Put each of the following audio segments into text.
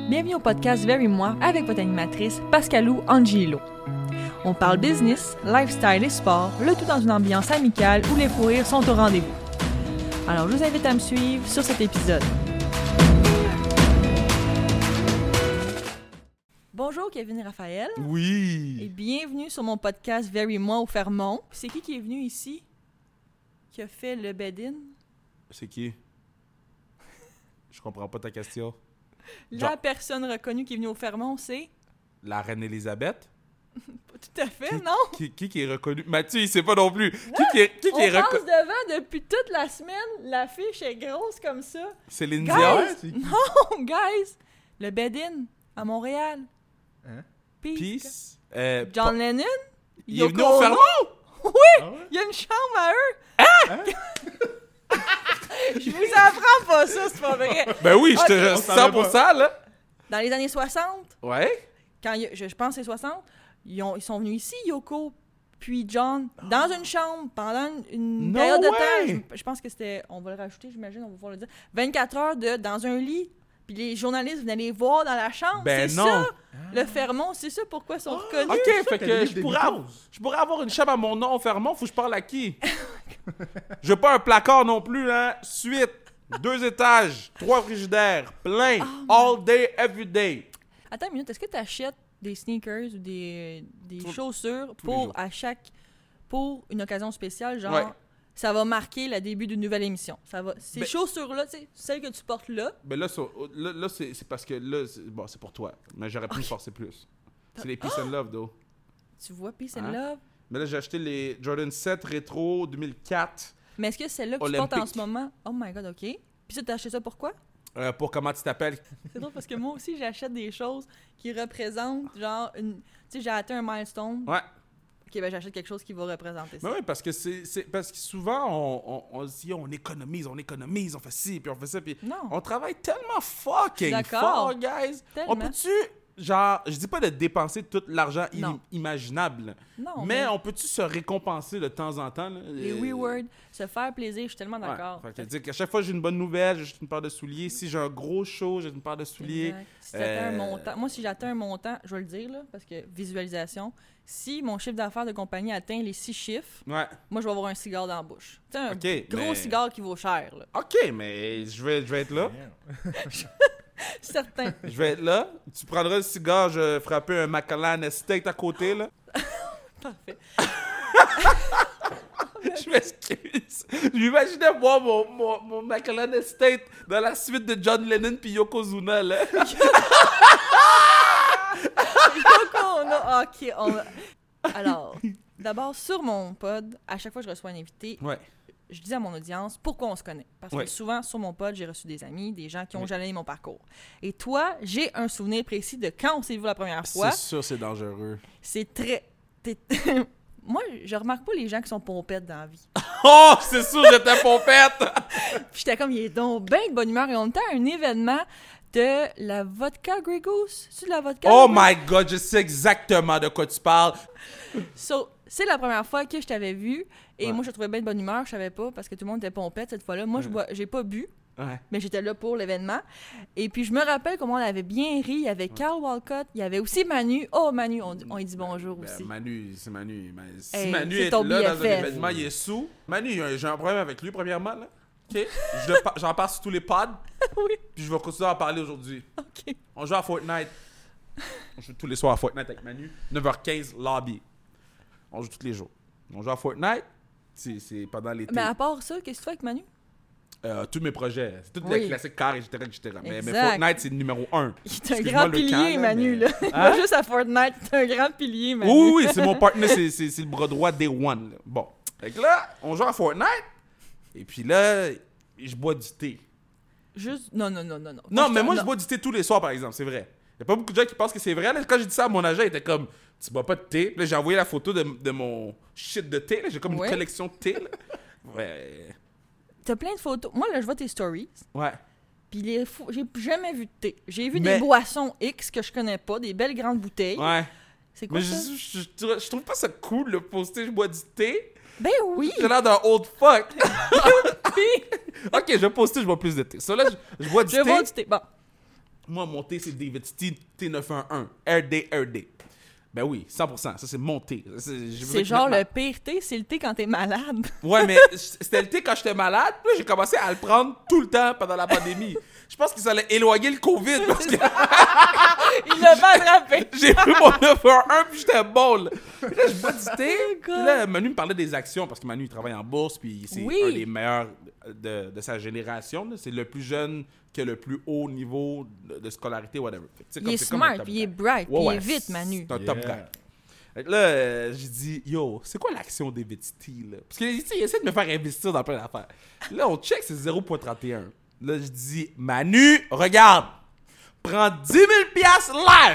Bienvenue au podcast Very Moi avec votre animatrice Pascalou Angelo. On parle business, lifestyle et sport, le tout dans une ambiance amicale où les fous rires sont au rendez-vous. Alors je vous invite à me suivre sur cet épisode. Bonjour Kevin et Raphaël. Oui. Et bienvenue sur mon podcast Very Moi au Fermont. C'est qui est venu ici? Qui a fait le bed-in? C'est qui? Je comprends pas ta question. La personne reconnue qui est venue au Fermont, c'est... La reine Elisabeth? Pas tout à fait, non? Qui est reconnue? Mathieu, il sait pas non plus. Non, Qui est on passe devant depuis toute la semaine. L'affiche est grosse comme ça. Céline Guys! Dion? Non, guys! Le bed-in à Montréal. Hein? Peace. Peace. John Lennon? Il est venu Yoko au Ono? Fermont? Oui! Ah ouais? Il y a une chambre à eux. Je vous apprends pas ça, c'est pas vrai. Ben oui, je te Ok. reste 100%, là. Dans les années 60, Ouais? quand je pense que c'est 60, ils sont venus ici, Yoko puis John, dans une chambre pendant une No période de way! temps. Je pense que c'était, on va le rajouter, j'imagine, on va pouvoir le dire, 24 heures dans un lit. Puis les journalistes venaient les voir dans la chambre. Ben c'est non. ça, le Fermont, c'est ça pourquoi ils sont reconnus. Ok, fait que t'as je pourrais avoir une chambre à mon nom au Fermont, faut que je parle à qui? Je veux pas un placard non plus, hein. Suite, 2 étages, 3 frigidaires, plein, all day, every day. Attends une minute, est-ce que tu achètes des sneakers ou des chaussures tous les jours. pour une occasion spéciale, genre Ouais. ça va marquer le début d'une nouvelle émission. Ces Ben- chaussures-là, tu sais, celles que tu portes là, Ben là, c'est parce que là, c'est pour toi. Mais j'aurais pu me forcer plus. C'est les Peace and Love, though. tu vois Peace and Hein? Love. Mais là, j'ai acheté les Jordan 7 Rétro 2004. Mais est-ce que c'est celle-là que tu portes en Olympique. ce moment? Oh my god, ok. Puis ça, t'as acheté ça pourquoi? Pour comment tu t'appelles? C'est drôle parce que moi aussi, j'achète des choses qui représentent genre une... Tu sais, j'ai atteint un milestone. Ouais. Ok, ben j'achète quelque chose qui va représenter ça. Mais oui, parce que parce que souvent, on se dit, on économise, on fait ci, puis on fait ça, puis Non. on travaille tellement fucking D'accord. fort, guys. Tellement. On peut-tu, genre, je dis pas de dépenser tout l'argent Non. imaginable, Non, mais on peut-tu se récompenser de temps en temps? Là? les rewards, se faire plaisir, je suis tellement d'accord. Ouais. Fait que dire qu'à chaque fois que j'ai une bonne nouvelle, j'ai juste une paire de souliers. Si j'ai un gros show, j'ai une paire de souliers. Exact. Si t'atteins un montant, moi si j'atteins un montant, je vais le dire là, parce que visualisation, si mon chiffre d'affaires de compagnie atteint les 6 chiffres, Ouais. moi je vais avoir un cigare dans la bouche. Tu sais, un Ok, gros mais- cigare qui vaut cher là. OK, mais je vais être là. Certain. Je vais être là. Tu prendras le cigare, je vais frapper un Macallan Estate à côté, là. Parfait. Je m'excuse. J'imaginais voir mon Macallan Estate dans la suite de John Lennon puis Yokozuna, là. Ok, alors, d'abord sur mon pod, à chaque fois que je reçois un invité, Ouais. je dis à mon audience pourquoi on se connaît. Parce Ouais. que souvent, sur mon pod, j'ai reçu des amis, des gens qui ont Oui. jalonné mon parcours. Et toi, j'ai un souvenir précis de quand on s'est vu la première fois. C'est sûr, c'est dangereux. C'est très... Moi, je remarque pas les gens qui sont pompettes dans la vie. Oh, c'est sûr, j'étais pompette! Puis j'étais comme, il est donc bien de bonne humeur. Et on était à un événement de la vodka Grey Goose. C'est de la vodka? Oh my God, je sais exactement de quoi tu parles. So, c'est la première fois que je t'avais vu. Et Ouais. moi, je te trouvais bien de bonne humeur. Je savais pas parce que tout le monde était pompette cette fois-là. Moi, j'ai pas bu. Ouais. Mais j'étais là pour l'événement. Et puis, je me rappelle comment on avait bien ri. Il y avait Carl Walcott. Il y avait aussi Manu. Oh, Manu, on lui dit bonjour Ben, aussi. Manu, c'est Manu. Si Hey, Manu c'est est ton là dans un BFF. événement, il est sous. Manu, j'ai un problème avec lui, premièrement, là. OK? J'en parle sur tous les pods. Oui. Puis je vais continuer à en parler aujourd'hui. OK. On joue à Fortnite. On joue tous les soirs à Fortnite avec Manu. 9h15, lobby. On joue tous les jours. On joue à Fortnite. C'est pendant l'été. Mais à part ça, qu'est-ce que tu fais avec Manu? Tous mes projets. C'est tous Oui. les classiques cars, etc. Mais Exact. Fortnite, c'est le numéro 1. Il est un Excuse-moi grand le pilier, camp, là, Manu, mais- là. Hein? Pas juste à Fortnite, c'est un grand pilier, Manu. Oui, oui, c'est mon partner, c'est le bras droit Day One. Là. Bon. Fait que là, on joue à Fortnite. Et puis là, je bois du thé. Juste... Non. Non, mais moi, je bois du thé tous les soirs, par exemple, c'est vrai. Il y a pas beaucoup de gens qui pensent que c'est vrai. Là, quand j'ai dit ça à mon agent, il était comme, tu bois pas de thé. Puis là, j'ai envoyé la photo de mon shit de thé. Là. J'ai comme Ouais. une collection de thé. Là. Ouais. T'as plein de photos. Moi, là, je vois tes stories. Ouais. Puis j'ai jamais vu de thé. J'ai vu Mais- des boissons X que je connais pas, des belles grandes bouteilles. Ouais. C'est quoi Mais ça? je trouve pas ça cool, le poster, je bois du thé. Ben oui! J'ai l'air d'un old fuck. Puis, Ok, je vais poster, je bois plus de thé. Ça, là, je bois du je thé. vois du thé. Bon, Moi, mon thé, c'est David Tea T911. Air Day. Ben oui, 100%. Ça, c'est mon thé. C'est genre le pire thé, c'est le thé quand t'es malade. Ouais, mais c'était le thé quand j'étais malade. Puis j'ai commencé à le prendre tout le temps pendant la pandémie. Je pense qu'ils allaient éloigner le COVID parce que... Il l'a pas attrapé. J'ai pris mon 911 puis j'étais bon, là. Puis là, je bois du thé. Puis là, Manu me parlait des actions parce que Manu, il travaille en bourse puis c'est un des meilleurs de sa génération. Là. C'est le plus jeune qui a le plus haut niveau de scolarité, whatever. Fait que, il est smart, puis il est bright, puis il est vite, Manu. C'est un top guy. Fait que là, j'ai dit, yo, c'est quoi l'action des Tea, là? Parce qu'il essaie de me faire investir dans plein d'affaires. Là, on check, c'est 0.31. Là, je dis, Manu, regarde, prends 10 000 piastres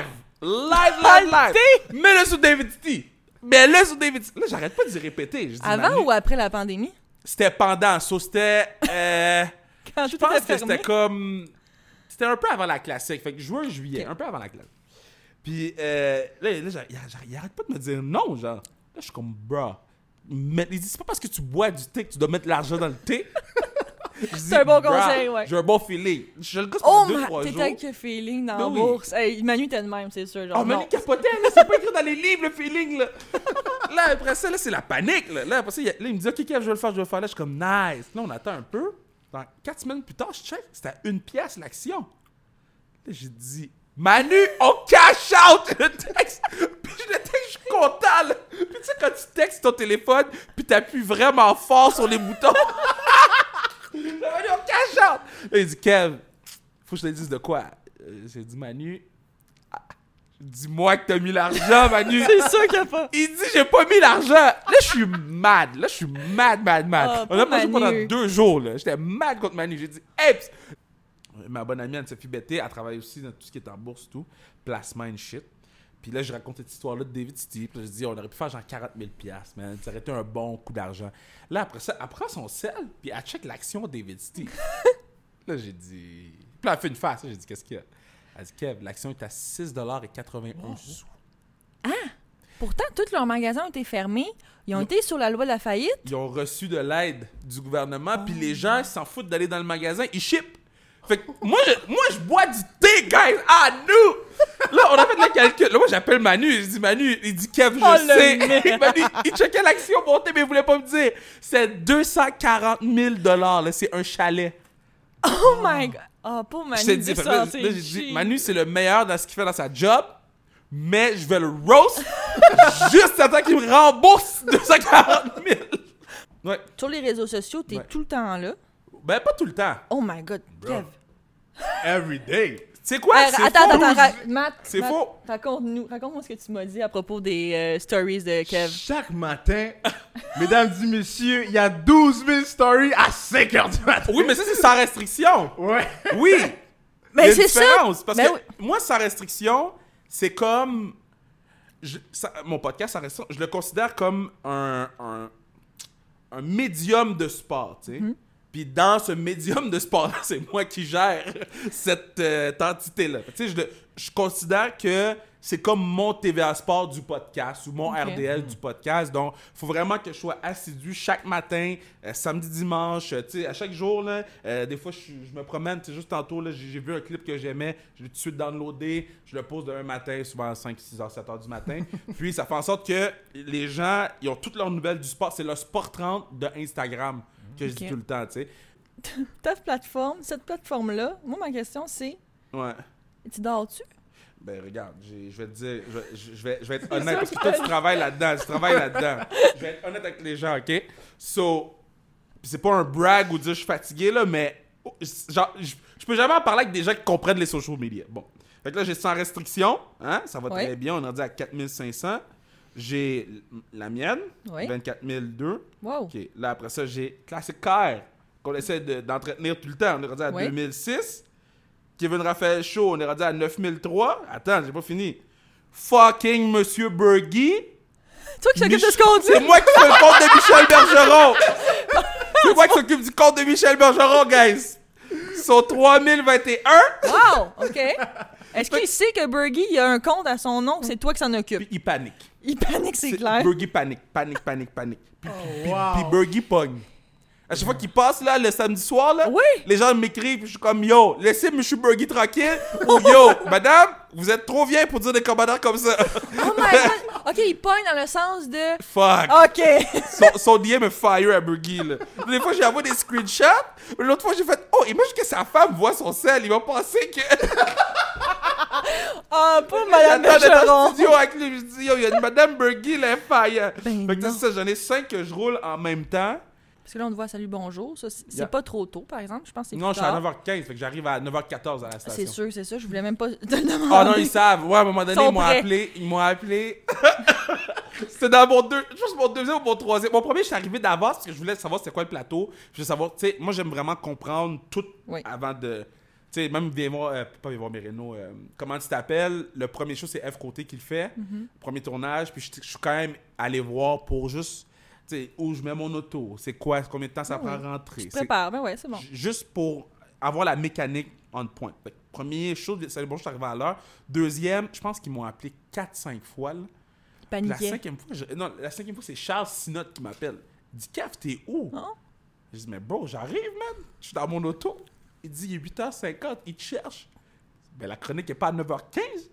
live. Mets-le sur David Tea. Mets-le sur David Tea. Là, j'arrête pas de le répéter. Je dis, avant Manu, ou après la pandémie? C'était pendant. So, c'était... Quand je pense que c'était comme... C'était un peu avant la classique. Fait que juin, juillet, un peu avant la classique. Puis là, il arrête pas de me dire non, genre. Là, je suis comme, bro. Mais il dit, c'est pas parce que tu bois du thé que tu dois mettre l'argent dans le thé. C'est un bon conseil, ouais. J'ai un bon feeling. Je le gosse pendant 2-3 jours. T'étais avec le feeling dans la bourse. Hey, Manu était de même, c'est sûr. Genre, Manu capotait, là. C'est pas écrit dans les livres, le feeling, là. Là, après ça, là, c'est la panique, là. Là, après ça, il me dit, OK, Kev, je vais le faire. Là, je suis comme, nice. Là, on attend un peu. Dans 4 semaines plus tard, je check. C'était à 1 pièce l'action. Là, j'ai dit, Manu, on cash out le texte. Puis le texte, je suis content, là. Puis tu sais, quand tu textes ton téléphone, puis t'appuies vraiment fort sur les boutons. Manu, on cash out. Là, il dit, Kev, faut que je te dise de quoi. J'ai dit, Manu, dis-moi que t'as mis l'argent, Manu. C'est sûr qu'il a pas. Il dit, j'ai pas mis l'argent. Là, je suis mad. On a pas joué pendant 2 jours, là. J'étais mad contre Manu. J'ai dit, hey, ma bonne amie Anne-Sophie Betté, elle travaille aussi dans tout ce qui est en bourse, tout, placement and shit. Puis là, je racontais cette histoire-là de David Tea. Puis là, je dis, on aurait pu faire genre 40 000 $, man. Ça aurait été un bon coup d'argent. Là, après ça, elle prend son sel, puis elle check l'action David Tea. Là, j'ai dit... Puis là, elle fait une face. J'ai dit, qu'est-ce qu'il y a? Elle dit, Kev, l'action est à 6,81 $. Ah! Pourtant, tous leurs magasins ont été fermés. Ils ont été sur la loi de la faillite. Ils ont reçu de l'aide du gouvernement, puis les gens, ils s'en foutent d'aller dans le magasin. Ils shippent. Fait que moi, je bois du thé, guys! Ah, nous! Là, on a fait le calcul. Là, moi, j'appelle Manu. Je dis, Manu, il dit, Kev, je sais. Manu, il checkait l'action montée, mais il voulait pas me dire. C'est 240 000 $, là. C'est un chalet. Oh my God! Oh, pour Manu, je t'ai dit, là, j'ai dit, Manu, c'est le meilleur dans ce qu'il fait dans sa job, mais je vais le roast juste attends qu'il me rembourse 240 000. Ouais. Sur les réseaux sociaux, t'es tout le temps là. Ben, pas tout le temps. Oh my God, Kev. Every day. C'est quoi? Attends, Matt. C'est faux. Raconte-moi ce que tu m'as dit à propos des stories de Kev. Chaque matin, mesdames et messieurs, il y a 12 000 stories à 5 h du matin. Oui, mais ça, c'est sans restriction. Ouais. Oui. Mais c'est ça. Parce que moi, sans restriction, c'est comme... mon podcast, sans restriction, je le considère comme un médium de sport, tu sais. Puis dans ce médium de sport, c'est moi qui gère cette entité-là. Tu sais, je considère que c'est comme mon TVA Sport du podcast ou mon RDL du podcast. Donc, il faut vraiment que je sois assidu chaque matin, samedi, dimanche. Tu sais, à chaque jour, là, des fois, je me promène. Tu sais, juste tantôt, là, j'ai vu un clip que j'aimais. Je l'ai tout de suite downloadé. Je le pose demain matin, souvent à 5, 6 h, 7 h du matin. Puis, ça fait en sorte que les gens, ils ont toutes leurs nouvelles du sport. C'est le Sport 30 de Instagram que je dis tout le temps, tu sais. Cette plateforme-là, moi, ma question, c'est... Ouais. Tu dors-tu? Ben, regarde, je vais te dire... Je vais être honnête, parce que toi, tu travailles là-dedans. Je vais être honnête avec les gens, OK? So, pis c'est pas un brag ou dire je suis fatigué, là, mais... Genre, je peux jamais en parler avec des gens qui comprennent les social media. Bon. Fait que là, j'ai sans restriction, hein? Ça va très bien, on est rendu à 4500. J'ai la mienne, 24 002. Wow. OK. Là, après ça, j'ai Classic Car, qu'on essaie d'entretenir tout le temps. On est rendu à 2006. Kevin Raphaël Show, on est rendu à 9003. Attends, j'ai pas fini. Fucking Monsieur Bergy. Toi qui s'occupe de ce qu'on dit. C'est moi qui fais le compte de Michel Bergeron. C'est moi qui s'occupe du compte de Michel Bergeron, guys. Son 3021. Wow, OK. Est-ce qu'il sait que Bergy, il a un compte à son nom, c'est toi qui s'en occupe? Puis il panique. Il panique, c'est clair. Bergy panique. Puis Bergy pogne. À chaque fois qu'il passe, là, le samedi soir, là, Oui. les gens m'écrivent, puis je suis comme, yo, laissez M. Burgie tranquille. Ou yo, madame, vous êtes trop vieille pour dire des commentaires comme ça. Oh my god! Ok, il pogne dans le sens de. Fuck. Ok! Son DM est fire à Burgie, là. Des fois, j'ai envoyé des screenshots. L'autre fois, j'ai fait, oh, imagine que sa femme voit son sel. Il va penser que. Ah, pas Madame J'attends d'être en Bergeron! studio avec lui. Je dis, yo, il y a une madame Burgie, là, fire. Ben Fait que non. c'est ça, j'en ai 5 que je roule en même temps. Parce que là, on te voit salut, bonjour. Ça, c'est Yeah. pas trop tôt, par exemple. Je pense que c'est Non, plus je suis à tard. 9h15, fait que j'arrive à 9h14 à la station. C'est sûr. Je voulais même pas te le demander. Ah non, ils savent. Ouais, à un moment donné, Ils sont ils m'ont prêts. appelé. C'était dans je pense mon deuxième ou mon troisième. Mon premier, je suis arrivé d'avance parce que je voulais savoir c'était quoi le plateau. Je voulais savoir, tu sais, moi, j'aime vraiment comprendre tout Oui. avant de. Tu sais, même viens voir, pas viens voir Mérino, comment tu t'appelles. Le premier show, c'est F Côté qui le fait. Premier tournage. Puis je suis quand même allé voir pour juste, tu sais, où je mets mon auto. C'est quoi, combien de temps ça prend à rentrer. Tu te prépares, ben ouais, c'est bon. Juste pour avoir la mécanique on point. Fait que premier show, c'est bon, je suis arrivé à l'heure. Deuxième, je pense qu'ils m'ont appelé 4-5 fois. Là. Puis la Paniquais. cinquième fois, c'est Charles Sinotte qui m'appelle. Il dit, Kev, t'es où? Hein? Je dis, mais bro, j'arrive, man. Je suis dans mon auto. Il dit, il est 8h50, il te cherche. Ben, la chronique est pas à 9h15.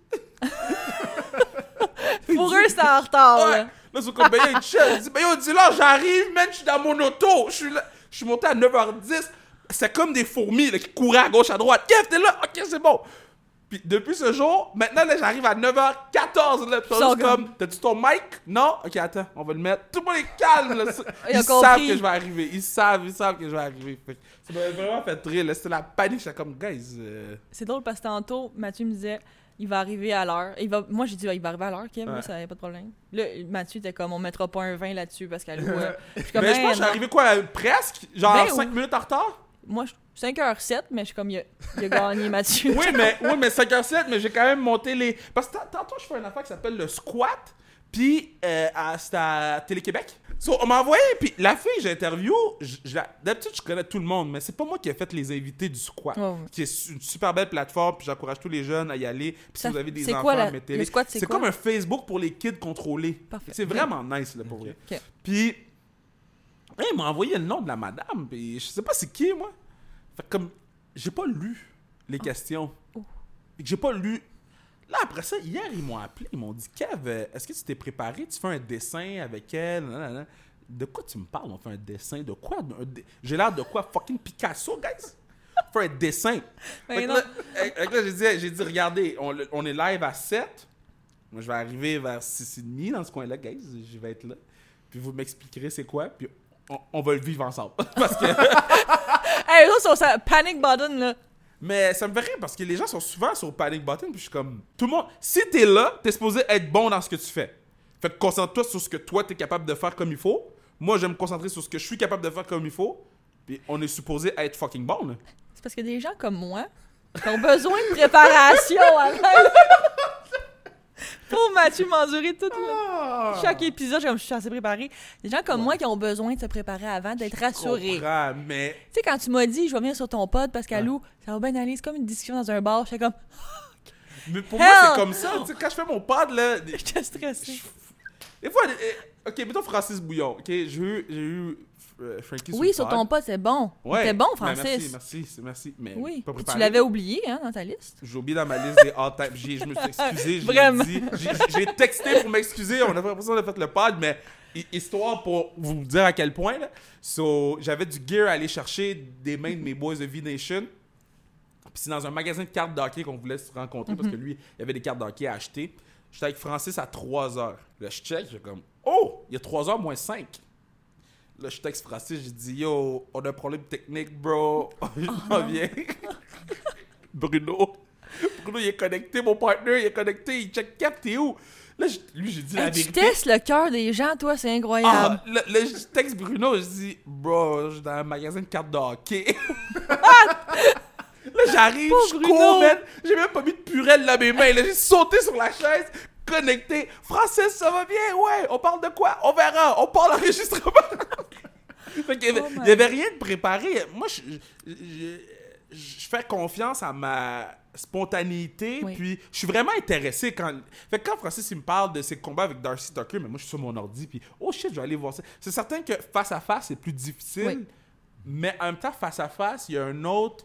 Pour eux, c'est en retard, Ouais. là. Là, c'est comme, ben, il te cherche. Il dit, ben, yo, dis-là, j'arrive, man, je suis dans mon auto. Je suis monté à 9h10. C'est comme des fourmis là, qui couraient à gauche, à droite. Kev, t'es là? Ok, c'est bon. Puis depuis ce jour, maintenant, là, j'arrive à 9h14. Là, puis Ils sont comme, t'as-tu ton mic? Non? Ok, attends, on va le mettre. Tout le monde est calme. Là. Ils ont Ils savent compris. que je vais arriver. Ils savent que je vais arriver. Fait que ça m'a vraiment fait rire. Là. C'était la panique. J'étais comme, guys. C'est drôle parce que tantôt, Mathieu me disait il va arriver à l'heure. Moi, j'ai dit il va arriver à l'heure, Kim, là, Ouais. ça n'y a pas de problème. Là, Mathieu était comme on mettra pas un 20 là-dessus parce qu'elle loue. Je suis comme, Mais je pense que je suis non. arrivé quoi? Presque? Genre Ben, 5 oui. minutes en retard? Moi, 5h07, mais je suis comme il a gagné Mathieu. Oui, mais 5h07, mais j'ai quand même monté les. Parce que tantôt, je fais une affaire qui s'appelle le squat. Puis, c'était à Télé-Québec. So, on m'a envoyé, puis la fille que j'interview, d'habitude, je connais tout le monde, mais c'est pas moi qui ai fait les invités du squat. Ouais, ouais. Qui est une super belle plateforme, puis j'encourage tous les jeunes à y aller. Puis si Ça- vous avez des c'est enfants, quoi la- mettez-les. le squat, c'est quoi? comme un Facebook pour les kids contrôlés. Parfait. C'est vraiment nice, là, pour vrai. Ok. Puis, il m'a envoyé le nom de la madame, puis je sais pas c'est qui, moi. Fait que comme, j'ai pas lu les questions. Puis que j'ai pas lu. Là, après ça, hier, ils m'ont appelé, ils m'ont dit, Kev, est-ce que tu t'es préparé? Tu fais un dessin avec elle? Nanana. De quoi tu me parles? On fait un dessin de quoi? J'ai l'air de quoi? Fucking Picasso, guys? On fait un dessin. Mais Fait que non. là, j'ai dit, regardez, on est live à 7. Moi, je vais arriver vers 6h30 dans ce coin-là, guys. Je vais être là. Puis vous m'expliquerez c'est quoi. Puis on va le vivre ensemble. Parce que... Hey, eux autres sont sur panic button, là. Mais ça me fait rire parce que les gens sont souvent sur Panic Button. Puis je suis comme, tout le monde, si t'es là, t'es supposé être bon dans ce que tu fais. Fait que concentre-toi sur ce que toi, t'es capable de faire comme il faut. Moi, je vais me concentrer sur ce que je suis capable de faire comme il faut. Puis on est supposé être fucking bon, là. C'est parce que des gens comme moi qui ont besoin de préparation avant. Pour Mathieu m'endurer tout chaque épisode, je suis assez préparée. Des gens comme moi qui ont besoin de se préparer avant, d'être rassurés. Comprends, mais... Tu sais, quand tu m'as dit, je vais venir sur ton pod parce qu'à Lou, ça va bien aller, c'est comme une discussion dans un bar. J'étais comme, Mais pour moi, Hell! c'est comme ça. Tu sais, quand je fais mon pod, là... j'étais stressée. Des fois, ok, mettons Francis Bouillon. Ok, j'ai eu Frankie Oui, sur sur le ton pod. pod, c'est bon. Ouais. C'était bon, Ben, Francis. merci. Mais Oui. pas Tu préparé. l'avais oublié, hein, dans ta liste. J'ai oublié dans ma liste des all-time. Je me suis excusé. Vraiment. J'ai texté pour m'excuser. On a l'impression qu'on a fait le pod, mais histoire pour vous dire à quel point. Là. So, j'avais du gear à aller chercher des mains de mes boys de V-Nation. Puis c'est dans un magasin de cartes d'hockey qu'on voulait se rencontrer parce que lui, il y avait des cartes d'hockey à acheter. J'étais avec Francis à 3h. Là, je check, j'ai comme, oh, il y a 3h moins 5. Là, je texte Francis, j'ai dit, yo, on a un problème technique, bro. Je reviens. Bruno, il est connecté, mon partner, il est connecté, il check cap, t'es où? Là, lui, j'ai dit la Hey, tu vérité. testes le cœur des gens, toi, c'est incroyable. Ah, là, je texte Bruno, je dis, bro, je suis dans un magasin de cartes de hockey. Là, j'arrive, Pauvre je Bruno. cours, man. J'ai même pas mis de purelle dans mes mains. Là, j'ai sauté sur la chaise, connecté. Francis, ça va bien? Ouais, on parle de quoi? On verra, on parle d'enregistrement. Fait qu'il y avait, Oh my il y avait rien de préparé. Moi, je fais confiance à ma spontanéité, Oui. puis je suis vraiment intéressé quand... Fait que quand Francis, il me parle de ses combats avec Darcy Tucker, mais moi, je suis sur mon ordi, puis oh shit, je vais aller voir ça. C'est certain que face à face, c'est plus difficile, Oui. Mais en même temps, face à face, il y a une autre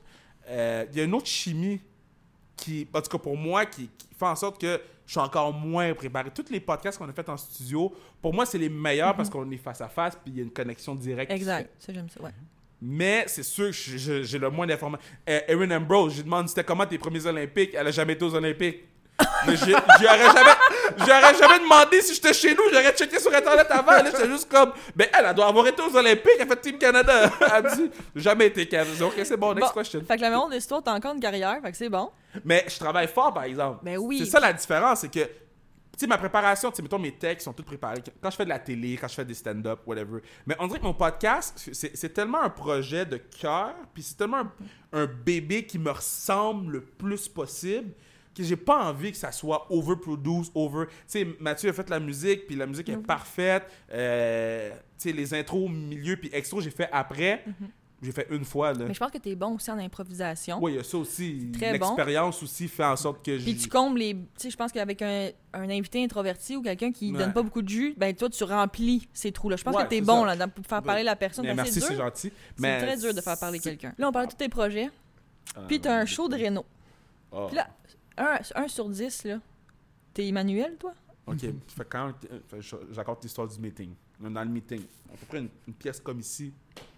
chimie qui, en tout cas pour moi, qui fait en sorte que je suis encore moins préparé. Tous les podcasts qu'on a fait en studio, pour moi, c'est les meilleurs parce qu'on est face à face puis il y a une connexion directe. Exact. Ça, j'aime ça, ouais. Mais c'est sûr que j'ai le moins d'informations. Erin Ambrose, j'ai demandé c'était comment tes premiers Olympiques. Elle a jamais été aux Olympiques. Mais j'aurais jamais demandé si j'étais chez nous. J'aurais checké sur Internet avant. Là, j'étais juste comme, ben elle doit avoir été aux Olympiques. Elle fait Team Canada. Elle me dit, j'ai jamais été Canada. Ok, c'est bon, next question. Fait que la maison de l'histoire, t'as encore une carrière. Fait que c'est bon. Mais je travaille fort, par exemple. Ben oui. C'est ça la différence, c'est que, tu sais, ma préparation, tu sais, mettons, mes textes sont tous préparés. Quand je fais de la télé, quand je fais des stand-up, whatever. Mais on dirait que mon podcast, c'est tellement un projet de cœur, puis c'est tellement un bébé qui me ressemble le plus possible que j'ai pas envie que ça soit overproduced, Tu sais, Mathieu a fait la musique, puis la musique est parfaite. Tu sais, les intros au milieu, puis extros, j'ai fait après. J'ai fait une fois, là. Mais je pense que t'es bon aussi en improvisation. Oui, il y a ça aussi. Très L'expérience aussi fait en sorte que Puis tu combles les... Tu sais, je pense qu'avec un invité introverti ou quelqu'un qui donne pas beaucoup de jus, ben toi, tu remplis ces trous-là. Je pense que t'es bon là pour faire parler la personne. Mais ben, merci, c'est gentil. Mais c'est très dur de faire parler quelqu'un. Là, on parle de tous tes projets. Puis t'as un show de réno. Oh. Puis là, 1 sur 10, là, t'es Emmanuel, toi? OK. Fait quand j'accorde l'histoire du meeting. On est dans le meeting. À peu près une pièce comme ici.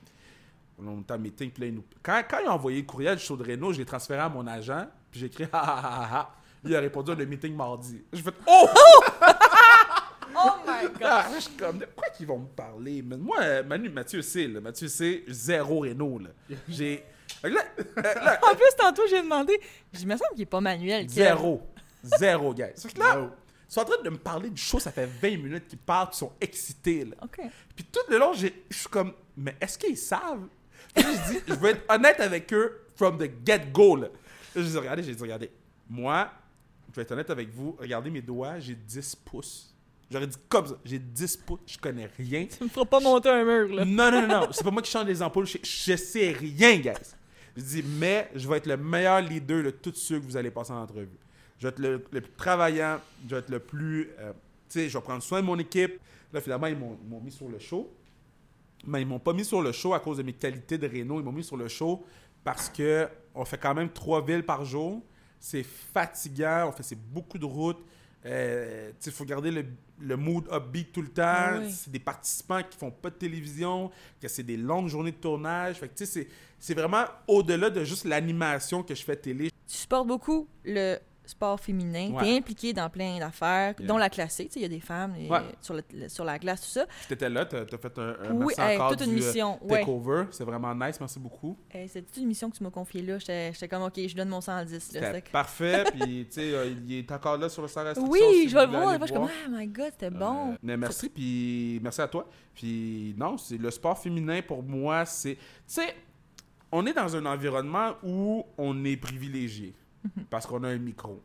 On est en meeting. Puis là, quand ils ont envoyé le courriel du show de réno, je l'ai transféré à mon agent. Puis j'ai écrit « Ha ha ha ha ». Il a répondu à le meeting mardi. J'ai fait « Oh! » Oh my God! Je suis comme, de quoi qu'ils vont me parler? Mais moi, Mathieu sait, zéro réno, là. J'ai... En plus, tantôt, j'ai demandé, il me semble qu'il est pas manuel. Zéro, guys. Sauf que là, ils sont en train de me parler du show, ça fait 20 minutes qu'ils parlent, qu'ils sont excités, là. OK. Puis tout le long, je suis comme, mais est-ce qu'ils savent? Puis là, je dis, je veux être honnête avec eux from the get-go, là. Là, j'ai dit, regardez, moi, je vais être honnête avec vous, regardez mes doigts, j'ai 10 pouces. J'aurais dit comme ça, j'ai 10 pouces, je connais rien. Tu me feras pas monter un mur, là. Non, c'est pas moi qui change les ampoules, je sais rien, guys. Je dis, mais je vais être le meilleur leader de tous ceux que vous allez passer en entrevue. Je vais être le plus travaillant, je vais être le plus... tu sais, je vais prendre soin de mon équipe. Là, finalement, ils m'ont mis sur le show. Mais ils m'ont pas mis sur le show à cause de mes qualités de réno. Ils m'ont mis sur le show parce que on fait quand même 3 villes par jour. C'est fatigant, c'est beaucoup de routes. Il faut garder le mood upbeat tout le temps. Oui. C'est des participants qui font pas de télévision, que c'est des longues journées de tournage. Fait que, c'est vraiment au-delà de juste l'animation que je fais télé. Tu supportes beaucoup le sport féminin. Ouais. T'es impliqué dans plein d'affaires, Yeah. dont la classique. Il y a des femmes sur la glace, tout ça. T'étais là, t'as fait un Oui, merci encore toute une du mission. Ouais. takeover. C'est vraiment nice, merci beaucoup. C'est toute une mission que tu m'as confiée là. J'étais comme, OK, je donne mon 110. Là. C'était parfait, puis tu sais, il est encore là sur le sans restriction. Oui, si je vous vais le voulez voir. aller Des fois, je suis comme, oh my God, c'était bon. Mais merci, puis merci à toi. Puis non, c'est le sport féminin pour moi, c'est... Tu sais, on est dans un environnement où on est privilégié parce qu'on a un micro.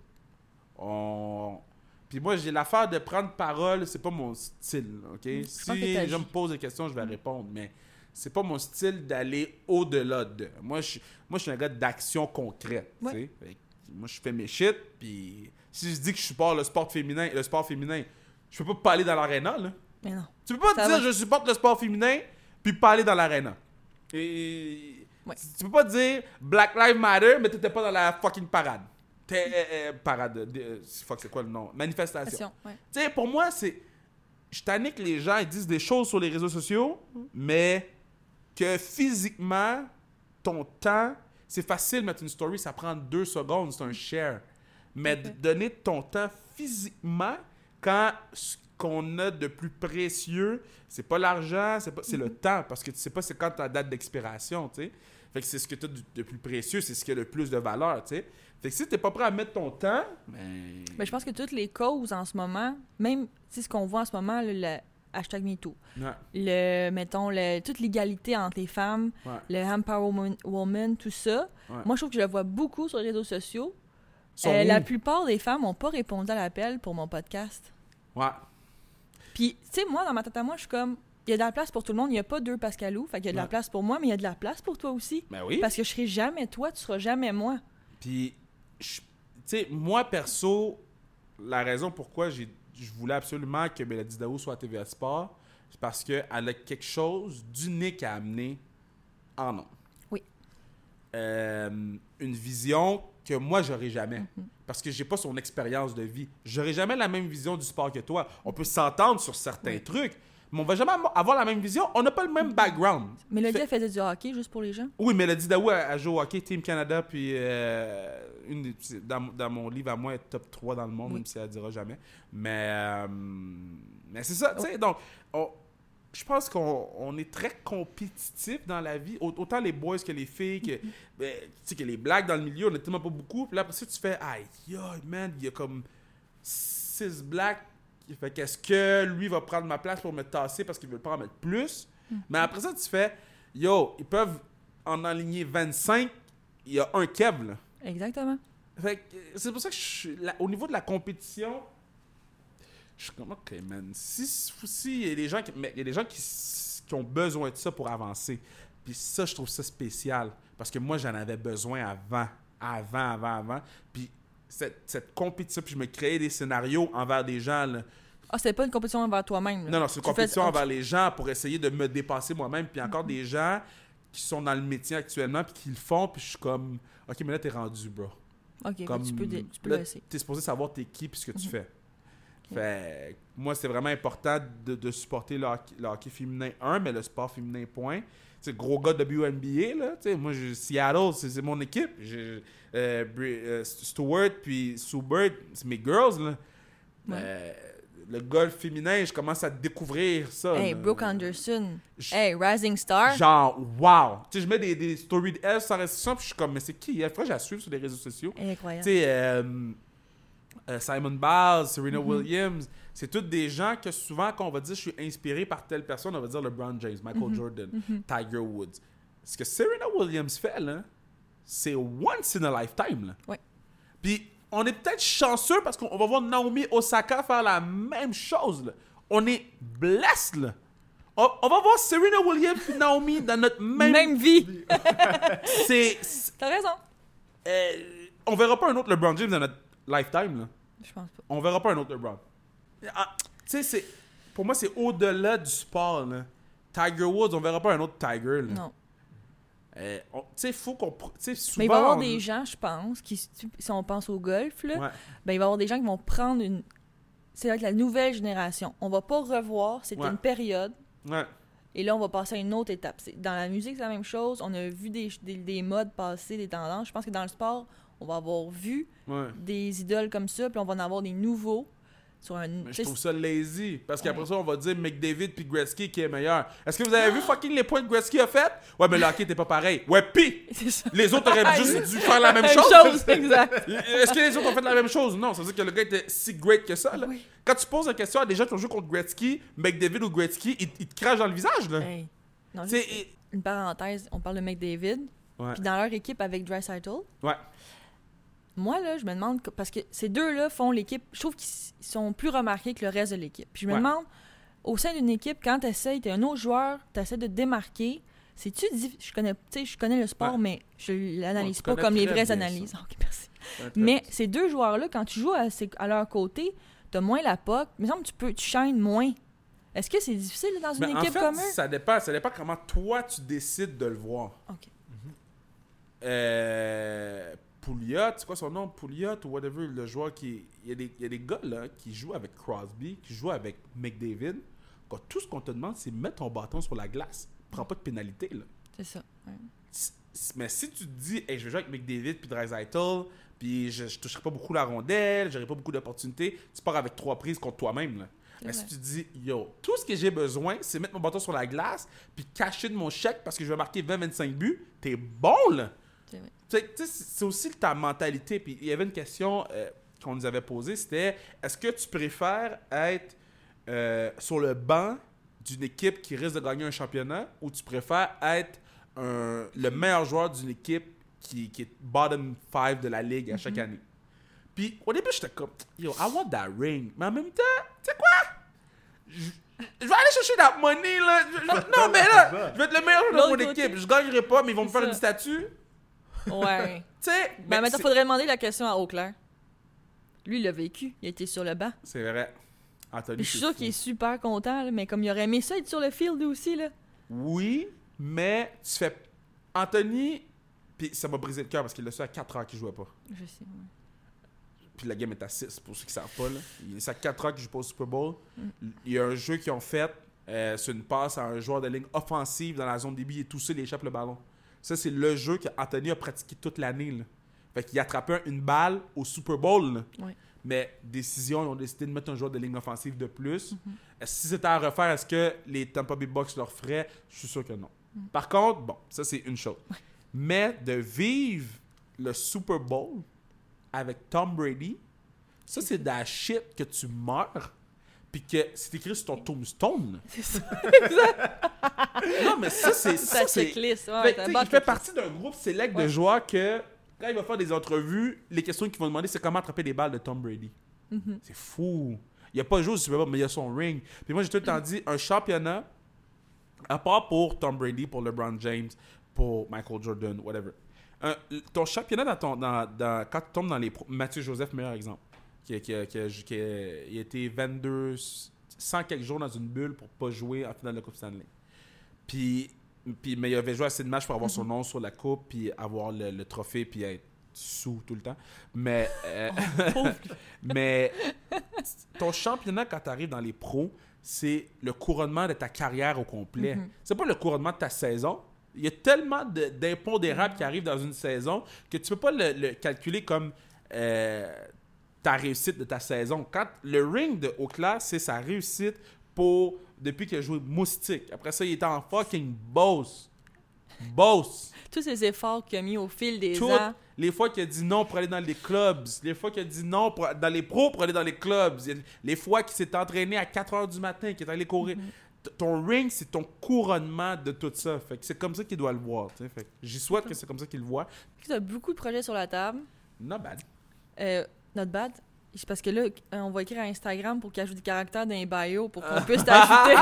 Puis moi, j'ai l'affaire de prendre parole, c'est pas mon style, OK? Si les gens me posent des questions, je vais répondre, mais c'est pas mon style d'aller au-delà de... Moi, je suis un gars d'action concrète, tu sais? Moi, je fais mes shit, puis si je dis que je supporte le sport féminin, je peux pas aller dans l'aréna, là. Mais non. Tu peux pas te dire je supporte le sport féminin, puis pas aller dans l'aréna. Et... Ouais. Tu peux pas dire Black Lives Matter, mais t'étais pas dans la fucking parade. Parade. Fuck, c'est quoi le nom? Manifestation. Ouais. Tu sais, pour moi, c'est... Je tanne que les gens ils disent des choses sur les réseaux sociaux, mais que physiquement, ton temps... C'est facile de mettre une story, ça prend 2 secondes, c'est un share. Mais de donner ton temps physiquement, quand ce qu'on a de plus précieux, c'est pas l'argent, c'est le temps, parce que tu sais pas c'est quand ta date d'expiration, tu sais. Fait que c'est ce que tu as de plus précieux, c'est ce qui a le plus de valeur, tu sais. Fait que si t'es pas prêt à mettre ton temps, Ben, je pense que toutes les causes en ce moment, même ce qu'on voit en ce moment, le hashtag MeToo, mettons, toute l'égalité entre les femmes, le Empower Woman, tout ça, moi, je trouve que je le vois beaucoup sur les réseaux sociaux. La plupart des femmes n'ont pas répondu à l'appel pour mon podcast. Ouais. Puis, tu sais, moi, dans ma tête à moi, je suis comme... Il y a de la place pour tout le monde. Il n'y a pas 2 Pascalou. Fait qu'il y a de la place pour moi, mais il y a de la place pour toi aussi. Ben oui. Parce que je serai jamais toi, tu seras jamais moi. Puis, tu sais, moi, perso, la raison pourquoi je voulais absolument que Mélodie Daou soit à TVA Sport, c'est parce qu'elle a quelque chose d'unique à amener Ah non. Oui. Une vision que moi, j'aurais jamais. Parce que j'ai pas son expérience de vie. J'aurais jamais la même vision du sport que toi. On peut s'entendre sur certains trucs, mais on va jamais avoir la même vision. On n'a pas le même background. Mélodie, elle faisait du hockey, juste pour les gens. Oui, Mélodie Daou, elle joue au hockey, Team Canada, puis dans mon livre à moi, elle est top 3 dans le monde, même si elle ne dira jamais. Mais c'est ça, tu sais. Donc, je pense qu'on est très compétitif dans la vie. Autant les boys que les filles, que, tu sais, que les blagues dans le milieu, on est tellement pas beaucoup. Puis là, après ça, tu fais, aïe, man, il y a comme 6 blacks. Fait qu'est-ce que lui va prendre ma place pour me tasser parce qu'il veut pas en mettre plus? Mais après ça, tu fais, ils peuvent en aligner 25, il y a un Kev, là. Exactement. Fait que c'est pour ça que au niveau de la compétition, je suis comme, OK, man, si il y a des gens, qui ont besoin de ça pour avancer. Puis ça, je trouve ça spécial. Parce que moi, j'en avais besoin avant. Puis cette compétition, puis je me créais des scénarios envers des gens, là. Ah, c'était pas une compétition envers toi-même. Là. Non, c'est une compétition envers les gens pour essayer de me dépasser moi-même. Puis encore des gens qui sont dans le métier actuellement, puis qui le font, puis je suis comme, OK, mais là, t'es rendu, bro. OK, Comme, tu peux là, le laisser. T'es supposé savoir t'es qui, puis ce que tu fais. Fait moi, c'est vraiment important de supporter le hockey féminin, mais le sport féminin, point. Tu sais, gros gars de WNBA, là. Tu sais, moi, Seattle, c'est mon équipe. Stewart puis Sue Bird, c'est mes girls, là. Le golf féminin, je commence à découvrir ça. Hey, là. Brooke Anderson. Hey, Rising Star. Genre, wow! Tu sais, je mets des stories de elle sans restriction, puis je suis comme, mais c'est qui? Elle ferait, je la suivre sur les réseaux sociaux. Incroyable. Tu sais, Simon Biles, Serena Williams, c'est tous des gens que souvent, quand on va dire je suis inspiré par telle personne, on va dire LeBron James, Michael Jordan, Tiger Woods. Ce que Serena Williams fait, là, c'est once in a lifetime. Là. Ouais. Puis, on est peut-être chanceux parce qu'on va voir Naomi Osaka faire la même chose. Là. On est blessed, là. On va voir Serena Williams et Naomi dans notre même vie. T'as raison. On verra pas un autre LeBron James dans notre lifetime, là. Je pense pas. On verra pas un autre LeBron. Tu sais, pour moi, c'est au-delà du sport, là. Tiger Woods, on verra pas un autre Tiger, là. Non. Tu sais, faut qu'on... Souvent, mais il va y avoir des gens, je pense, qui, si on pense au golf, là, ben, il va y avoir des gens qui vont prendre une... C'est avec la nouvelle génération. On va pas revoir, c'était une période. Ouais. Et là, on va passer à une autre étape. Dans la musique, c'est la même chose. On a vu des modes passer, des tendances. Je pense que dans le sport, on va avoir vu des idoles comme ça, puis on va en avoir des nouveaux. Mais je trouve ça lazy. Parce qu'après ça, on va dire McDavid puis Gretzky qui est meilleur. Est-ce que vous avez vu fucking les points que Gretzky a fait? Ouais, mais le hockey n'était pas pareil. Ouais, pis les autres auraient juste dû faire la même chose. Exact. Est-ce que les autres ont fait la même chose? Non, ça veut dire que le gars était si great que ça. Là. Oui. Quand tu poses la question à des gens qui ont joué contre Gretzky, McDavid ou Gretzky, ils te crachent dans le visage. Là. Hey. Non, une parenthèse, on parle de McDavid. Puis dans leur équipe avec Draisaitl. Ouais. Moi, là, je me demande... Parce que ces deux-là font l'équipe... Je trouve qu'ils sont plus remarqués que le reste de l'équipe. Puis je me demande, au sein d'une équipe, quand tu essaies, tu es un autre joueur, tu essaies de te démarquer, c'est-tu... Je connais le sport, mais je l'analyse pas comme les vraies analyses. OK, merci. Mais ces deux joueurs-là, quand tu joues à leur côté, tu as moins la POC. Il me semble que tu shines moins. Est-ce que c'est difficile dans une équipe comme eux? Ça dépend comment toi, tu décides de le voir. OK. Pouliot, c'est quoi son nom? Pouliot ou whatever, le joueur qui... Il y a des gars là qui jouent avec Crosby, qui jouent avec McDavid. Quand tout ce qu'on te demande, c'est mettre ton bâton sur la glace. Prends pas de pénalité, là. C'est ça. Ouais. Mais si tu te dis, hey, je vais jouer avec McDavid puis Draisaitl, puis je toucherai pas beaucoup la rondelle, j'aurai pas beaucoup d'opportunités, tu pars avec 3 prises contre toi-même, là. Mais si tu te dis, yo, tout ce que j'ai besoin, c'est mettre mon bâton sur la glace, puis cacher de mon chèque parce que je vais marquer 20-25 buts, t'es bon, là. C'est aussi ta mentalité. Puis il y avait une question qu'on nous avait posée, c'était est-ce que tu préfères être sur le banc d'une équipe qui risque de gagner un championnat ou tu préfères être le meilleur joueur d'une équipe qui est bottom 5 de la ligue à chaque année? Puis au début, j'étais comme yo, I want that ring. Mais en même temps, tu sais quoi? Je vais aller chercher that money, là. Non, mais là, je vais être le meilleur joueur de mon équipe. Je gagnerai pas, mais ils vont me faire une statue. Ouais. Tu sais, mais maintenant, il faudrait demander la question à Auclair. Lui, il l'a vécu. Il a été sur le banc. C'est vrai. Anthony, je suis sûr qu'il est super content, là, mais comme il aurait aimé ça être sur le field aussi, là. Oui, mais tu fais... Anthony, puis ça m'a brisé le cœur parce qu'il l'a su à 4 heures qu'il jouait pas. Je sais, ouais. Puis la game est à 6, pour ceux qui ne savent pas. Là. C'est à 4 heures qu'il joue pas au Super Bowl. Il y a un jeu qu'ils ont fait, c'est une passe à un joueur de ligne offensive dans la zone débit et tout seul, il échappe le ballon. Ça, c'est le jeu qu'Anthony a pratiqué toute l'année. Là. Fait qu'il attrapait une balle au Super Bowl. Là. Ouais. Mais décision, ils ont décidé de mettre un joueur de ligne offensive de plus. Si c'était à refaire, est-ce que les Tampa Bay Bucks leur feraient? Je suis sûr que non. Par contre, bon, ça c'est une chose. Mais de vivre le Super Bowl avec Tom Brady, ça c'est de la shit que tu meurs, puis que c'est écrit sur ton tombstone. C'est ça. Non, mais ça c'est... Ta c'est checklist, ouais, fait, ta il bucket fait list. partie d'un groupe select de joueurs que, quand il va faire des entrevues, les questions qu'ils vont demander, c'est comment attraper des balles de Tom Brady. C'est fou. Il a pas joué au Super Bowl, mais il a son ring. Puis moi, j'ai tout le temps dit, un championnat, à part pour Tom Brady, pour LeBron James, pour Michael Jordan, whatever. Ton championnat, quand tu tombes dans les pros, Mathieu Joseph, meilleur exemple, qui a été 22, 100 quelques jours dans une bulle pour pas jouer en finale de la Coupe Stanley. Mais il avait joué assez de matchs pour avoir son nom sur la coupe, puis avoir le trophée, puis être sous tout le temps. Mais, mais ton championnat, quand tu arrives dans les pros, c'est le couronnement de ta carrière au complet. C'est pas le couronnement de ta saison. Il y a tellement d'impondérables qui arrivent dans une saison que tu peux pas le calculer comme ta réussite de ta saison. Quand le ring de Auclair, c'est sa réussite depuis qu'il a joué Moustique. Après ça, il était en fucking boss. Tous ces efforts qu'il a mis au fil des ans. Les fois qu'il a dit non pour aller dans les clubs, les fois qu'il a dit non dans les pros pour aller dans les clubs, les fois qu'il s'est entraîné à 4 heures du matin, qu'il est allé courir. Ton ring, c'est ton couronnement de tout ça. Fait que c'est comme ça qu'il doit le voir. Fait que j'y souhaite que c'est comme ça qu'il le voit. Tu as beaucoup de projets sur la table. Not bad. Not bad. C'est parce que là, on va écrire à Instagram pour qu'il ajoute des caractères dans les bios pour qu'on puisse t'ajouter.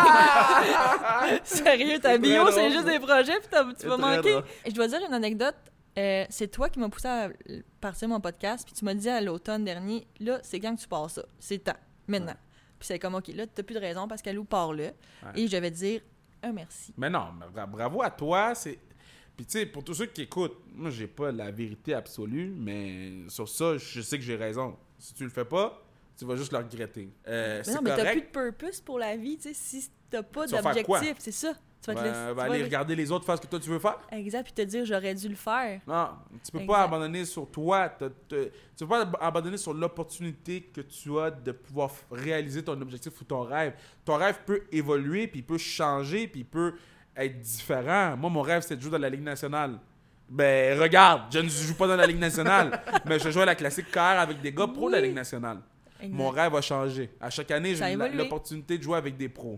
Sérieux, ta bio, c'est juste des projets, puis tu vas manquer. Et je dois dire une anecdote. C'est toi qui m'as poussé à partir mon podcast, puis tu m'as dit à l'automne dernier, là, c'est quand que tu pars ça. C'est temps. Maintenant. Ouais. Puis c'est comme, OK, là, t'as plus de raison parce qu'Alou part là. Ouais. Et je vais te dire un merci. Mais non, bravo à toi. Puis tu sais, pour tous ceux qui écoutent, moi, j'ai pas la vérité absolue, mais sur ça, je sais que j'ai raison. Si tu le fais pas, tu vas juste le regretter. Mais non, mais t'as plus de purpose pour la vie, tu sais, si t'as pas d'objectif, c'est ça. Tu vas aller regarder les autres faire ce que toi tu veux faire. Exact, puis te dire j'aurais dû le faire. Non, tu peux pas abandonner sur toi. Tu peux pas abandonner sur l'opportunité que tu as de pouvoir réaliser ton objectif ou ton rêve. Ton rêve peut évoluer, puis il peut changer, puis il peut être différent. Moi, mon rêve, c'est de jouer dans la Ligue nationale. Ben, regarde, je ne joue pas dans la Ligue nationale, mais je joue à la classique KR avec des gars pros de la Ligue nationale. Exact. Mon rêve a changé. À chaque année, j'ai l'opportunité de jouer avec des pros.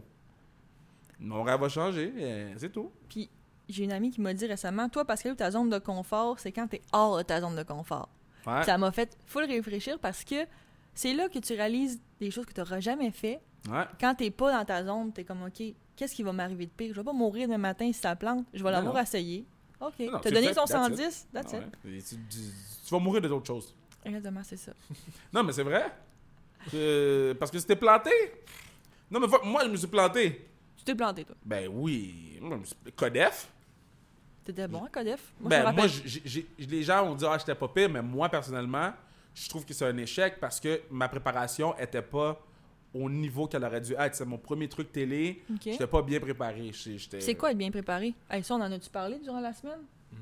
Mon rêve va changer, c'est tout. Puis, j'ai une amie qui m'a dit récemment, toi, Pascal, ta zone de confort, c'est quand t'es hors de ta zone de confort. Ouais. Ça m'a fait full réfléchir parce que c'est là que tu réalises des choses que tu n'auras jamais fait. Ouais. Quand t'es pas dans ta zone, t'es comme, OK, qu'est-ce qui va m'arriver de pire? Je vais pas mourir demain matin si ça plante. Je vais l'avoir essayé. OK. T'as donné ton 110, that's it. Ouais. Tu vas mourir de d'autres choses. Exactement, c'est ça. Non, mais c'est vrai. Parce que c'était planté. Non, mais moi, je me suis planté. Tu t'es planté, toi? Ben oui. Codef. T'étais bon à Codef? Moi, les gens ont dit « Ah, j'étais pas pire », mais moi, personnellement, je trouve que c'est un échec parce que ma préparation était pas au niveau qu'elle aurait dû être. C'est mon premier truc télé. Okay. J'étais pas bien préparé. C'est quoi être bien préparé? Ça, on en a-tu parlé durant la semaine?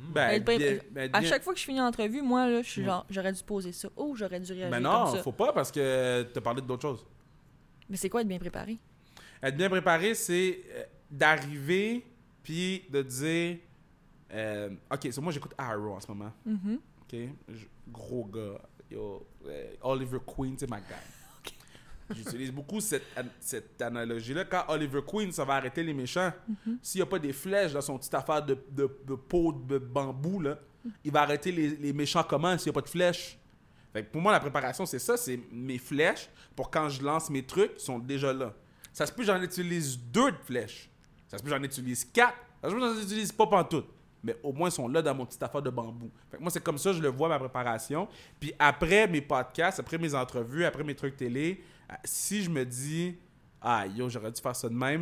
Ben, à chaque fois que je finis l'entrevue, moi, là, je suis genre, j'aurais dû poser ça. Oh, j'aurais dû réagir comme ça. Mais non, faut pas parce que t'as parlé d'autres choses. Mais c'est quoi être bien préparé? Être bien préparé, c'est d'arriver puis de dire OK, moi j'écoute Arrow en ce moment. Mm-hmm. OK? Gros gars. Yo, Oliver Queen, c'est ma gang. Okay. J'utilise beaucoup cette analogie-là. Quand Oliver Queen, ça va arrêter les méchants, s'il n'y a pas des flèches dans son petite affaire de peau de bambou, là, il va arrêter les méchants comment s'il n'y a pas de flèches? Fait que pour moi, la préparation, c'est ça. C'est mes flèches pour quand je lance mes trucs, ils sont déjà là. Ça se peut que j'en utilise 2 de flèches. Ça se peut que j'en utilise 4. Ça se peut que j'en utilise pas pantoute. Mais au moins, ils sont là dans mon petite affaire de bambou. Fait que moi, c'est comme ça que je le vois, ma préparation. Puis après mes podcasts, après mes entrevues, après mes trucs télé, si je me dis « Ah, yo, j'aurais dû faire ça de même »,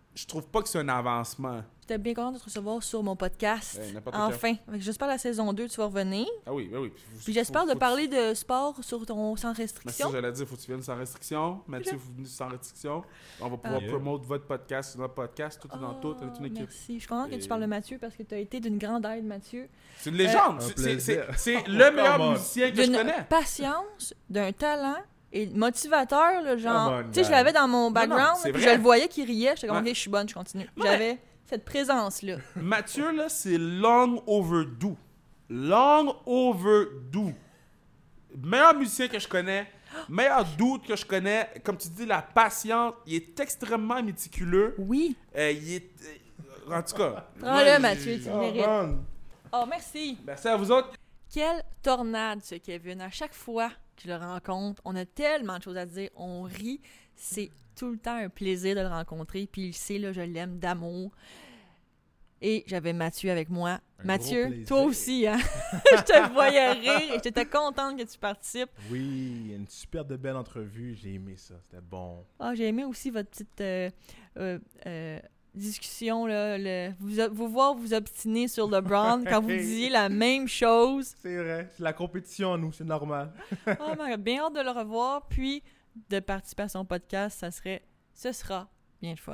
je trouve pas que c'est un avancement. J'étais bien contente de te recevoir sur mon podcast. N'importe Enfin. J'espère la saison 2, tu vas revenir. Ah oui, oui. Puis j'espère de parler de sport sur ton sans restriction. Mais ça, j'allais dire, faut que tu viennes sans restriction. Mathieu, vous venez sans restriction. On va pouvoir promouvoir votre podcast sur notre podcast. Tout est dans tout. On est une équipe. Merci. Je suis contente que tu parles de Mathieu parce que tu as été d'une grande aide, Mathieu. C'est une légende. C'est le meilleur musicien que je connais. D'une patience, d'un talent et motivateur, là, genre. Tu sais, je man. l'avais dans mon background, c'est puis vrai. je le voyais qui riait. J'étais comme, Ouais. ok, je suis bonne, je continue. Ouais. J'avais cette présence-là. Mathieu, là, c'est long overdue. Long overdue. Meilleur musicien que je connais. Meilleur dude que je connais. Comme tu dis, la patience. Il est extrêmement méticuleux. Oui. Il est... en tout cas... Prends-le, moi, Mathieu, tu le mérites. man. Oh, merci. Merci à vous autres. Quelle tornade, ce Kevin. À chaque fois que je le rencontre, on a tellement de choses à dire. On rit. C'est tout le temps un plaisir de le rencontrer. Puis il sait, là, je l'aime d'amour. Et j'avais Mathieu avec moi. Un Mathieu, gros plaisir. toi aussi, hein? Je te voyais rire et j'étais contente que tu participes. Oui, une super de belle entrevue. J'ai aimé ça. C'était bon. Ah, j'ai aimé aussi votre petite discussion, là. Vous voir vous obstiner sur LeBron quand vous disiez la même chose. C'est vrai. C'est la compétition, nous. C'est normal. Oh my God, bien hâte de le revoir, puis de participer à son podcast, ce sera bien le fun.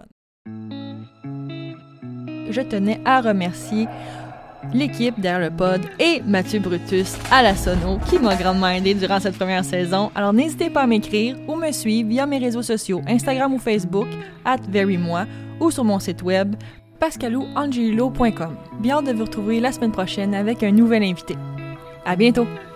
Je tenais à remercier l'équipe derrière le pod et Mathieu Brutus à la sono qui m'a grandement aidé durant cette première saison. Alors n'hésitez pas à m'écrire ou me suivre via mes réseaux sociaux, Instagram ou Facebook, @verymoi ou sur mon site web pascalouangelillo.com. Bien hâte de vous retrouver la semaine prochaine avec un nouvel invité. À bientôt!